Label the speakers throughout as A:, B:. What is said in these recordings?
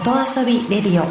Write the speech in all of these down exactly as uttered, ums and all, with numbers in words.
A: 音遊びレディオ。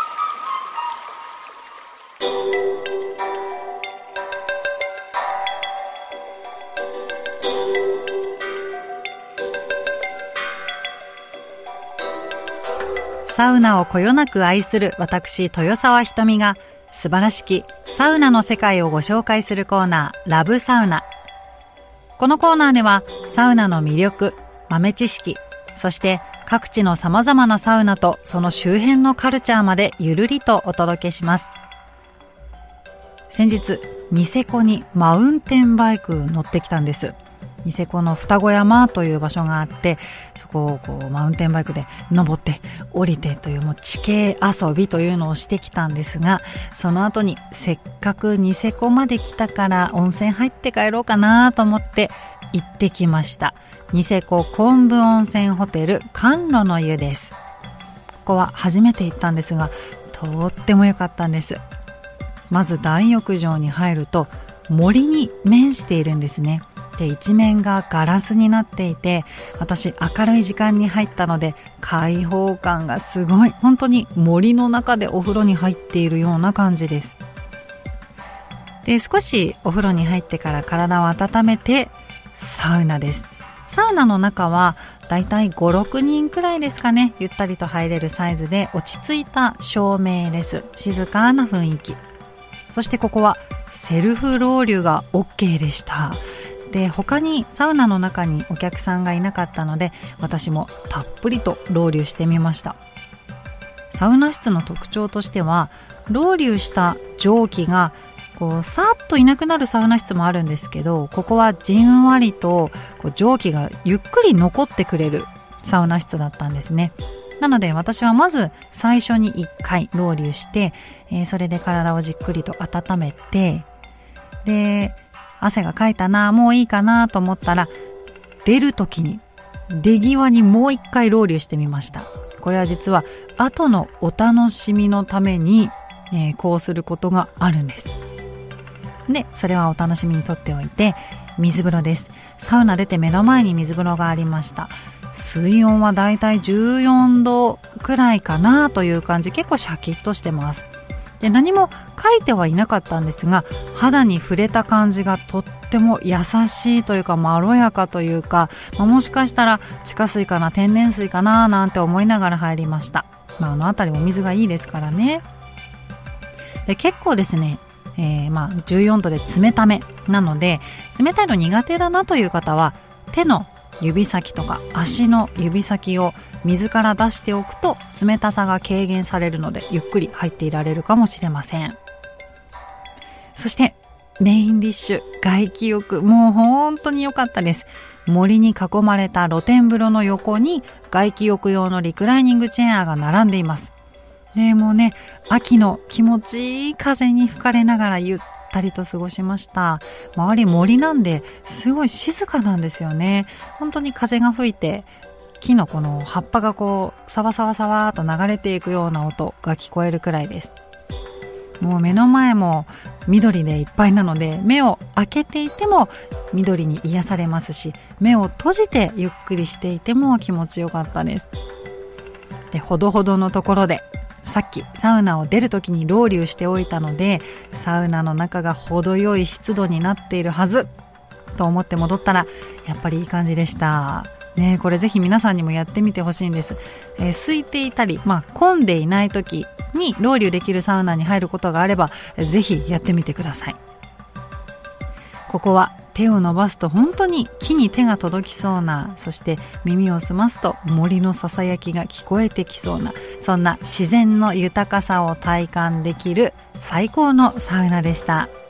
B: サウナをこよなく愛する私豊沢ひとみが素晴らしきサウナの世界をご紹介するコーナー、ラブサウナ。このコーナーではサウナの魅力、豆知識、そして各地のさまざまなサウナとその周辺のカルチャーまでゆるりとお届けします。先日ニセコにマウンテンバイク乗ってきたんです。ニセコの双子山という場所があって、そこをこうマウンテンバイクで登って降りてというもう地形遊びというのをしてきたんですが、その後にせっかくニセコまで来たから温泉入って帰ろうかなと思って行ってきました。ニセコ昆布温泉ホテル甘露の湯です。ここは初めて行ったんですが、とっても良かったんです。まず大浴場に入ると森に面しているんですね。で、一面がガラスになっていて、私明るい時間に入ったので開放感がすごい、本当に森の中でお風呂に入っているような感じです。で、少しお風呂に入ってから体を温めてサウナです。サウナの中はだいたいご、ろくにんくらいですかね、ゆったりと入れるサイズで落ち着いた照明です。静かな雰囲気。そしてここはセルフロウリュが OK でした。で、他にサウナの中にお客さんがいなかったので、私もたっぷりとロウリュしてみました。サウナ室の特徴としては、ロウリュした蒸気がこうさっといなくなるサウナ室もあるんですけど、ここはじんわりとこう蒸気がゆっくり残ってくれるサウナ室だったんですね。なので私はまず最初にいっかいロウリュして、えー、それで体をじっくりと温めて、で汗がかいたな、もういいかなと思ったら、出るときに出際にもう一回ロウリュしてみました。これは実は後のお楽しみのために、えー、こうすることがあるんです。で、それはお楽しみにとっておいて、水風呂です。サウナ出て目の前に水風呂がありました。水温はだいたいじゅうよんどくらいかなという感じ、結構シャキッとしてます。で、何も書いてはいなかったんですが、肌に触れた感じがとっても優しいというか、まろやかというか、まあ、もしかしたら地下水かな、天然水かななんて思いながら入りました。まあ、あの辺りお水がいいですからね。で、結構ですね、えー、まあじゅうよんどで冷ためなので、冷たいの苦手だなという方は手の指先とか足の指先を水から出しておくと冷たさが軽減されるので、ゆっくり入っていられるかもしれません。そしてメインディッシュ、外気浴、もう本当に良かったです。森に囲まれた露天風呂の横に外気浴用のリクライニングチェアが並んでいます。でもうね、秋の気持ちいい風に吹かれながらゆったりと過ごしました。周り森なんですごい静かなんですよね。本当に風が吹いて木のこの葉っぱがこうサワサワサワーと流れていくような音が聞こえるくらいです。もう目の前も緑でいっぱいなので、目を開けていても緑に癒されますし、目を閉じてゆっくりしていても気持ちよかったです。で、ほどほどのところで、さっきサウナを出るときにロウリュしておいたので、サウナの中が程よい湿度になっているはずと思って戻ったら、やっぱりいい感じでしたね。これぜひ皆さんにもやってみてほしいんです。えー、空いていたり、まあ、混んでいないときにロウリュできるサウナに入ることがあれば、ぜひやってみてください。ここは手を伸ばすと本当に木に手が届きそうな、そして耳を澄ますと森のささやきが聞こえてきそうな、そんな自然の豊かさを体感できる最高のサウナでした。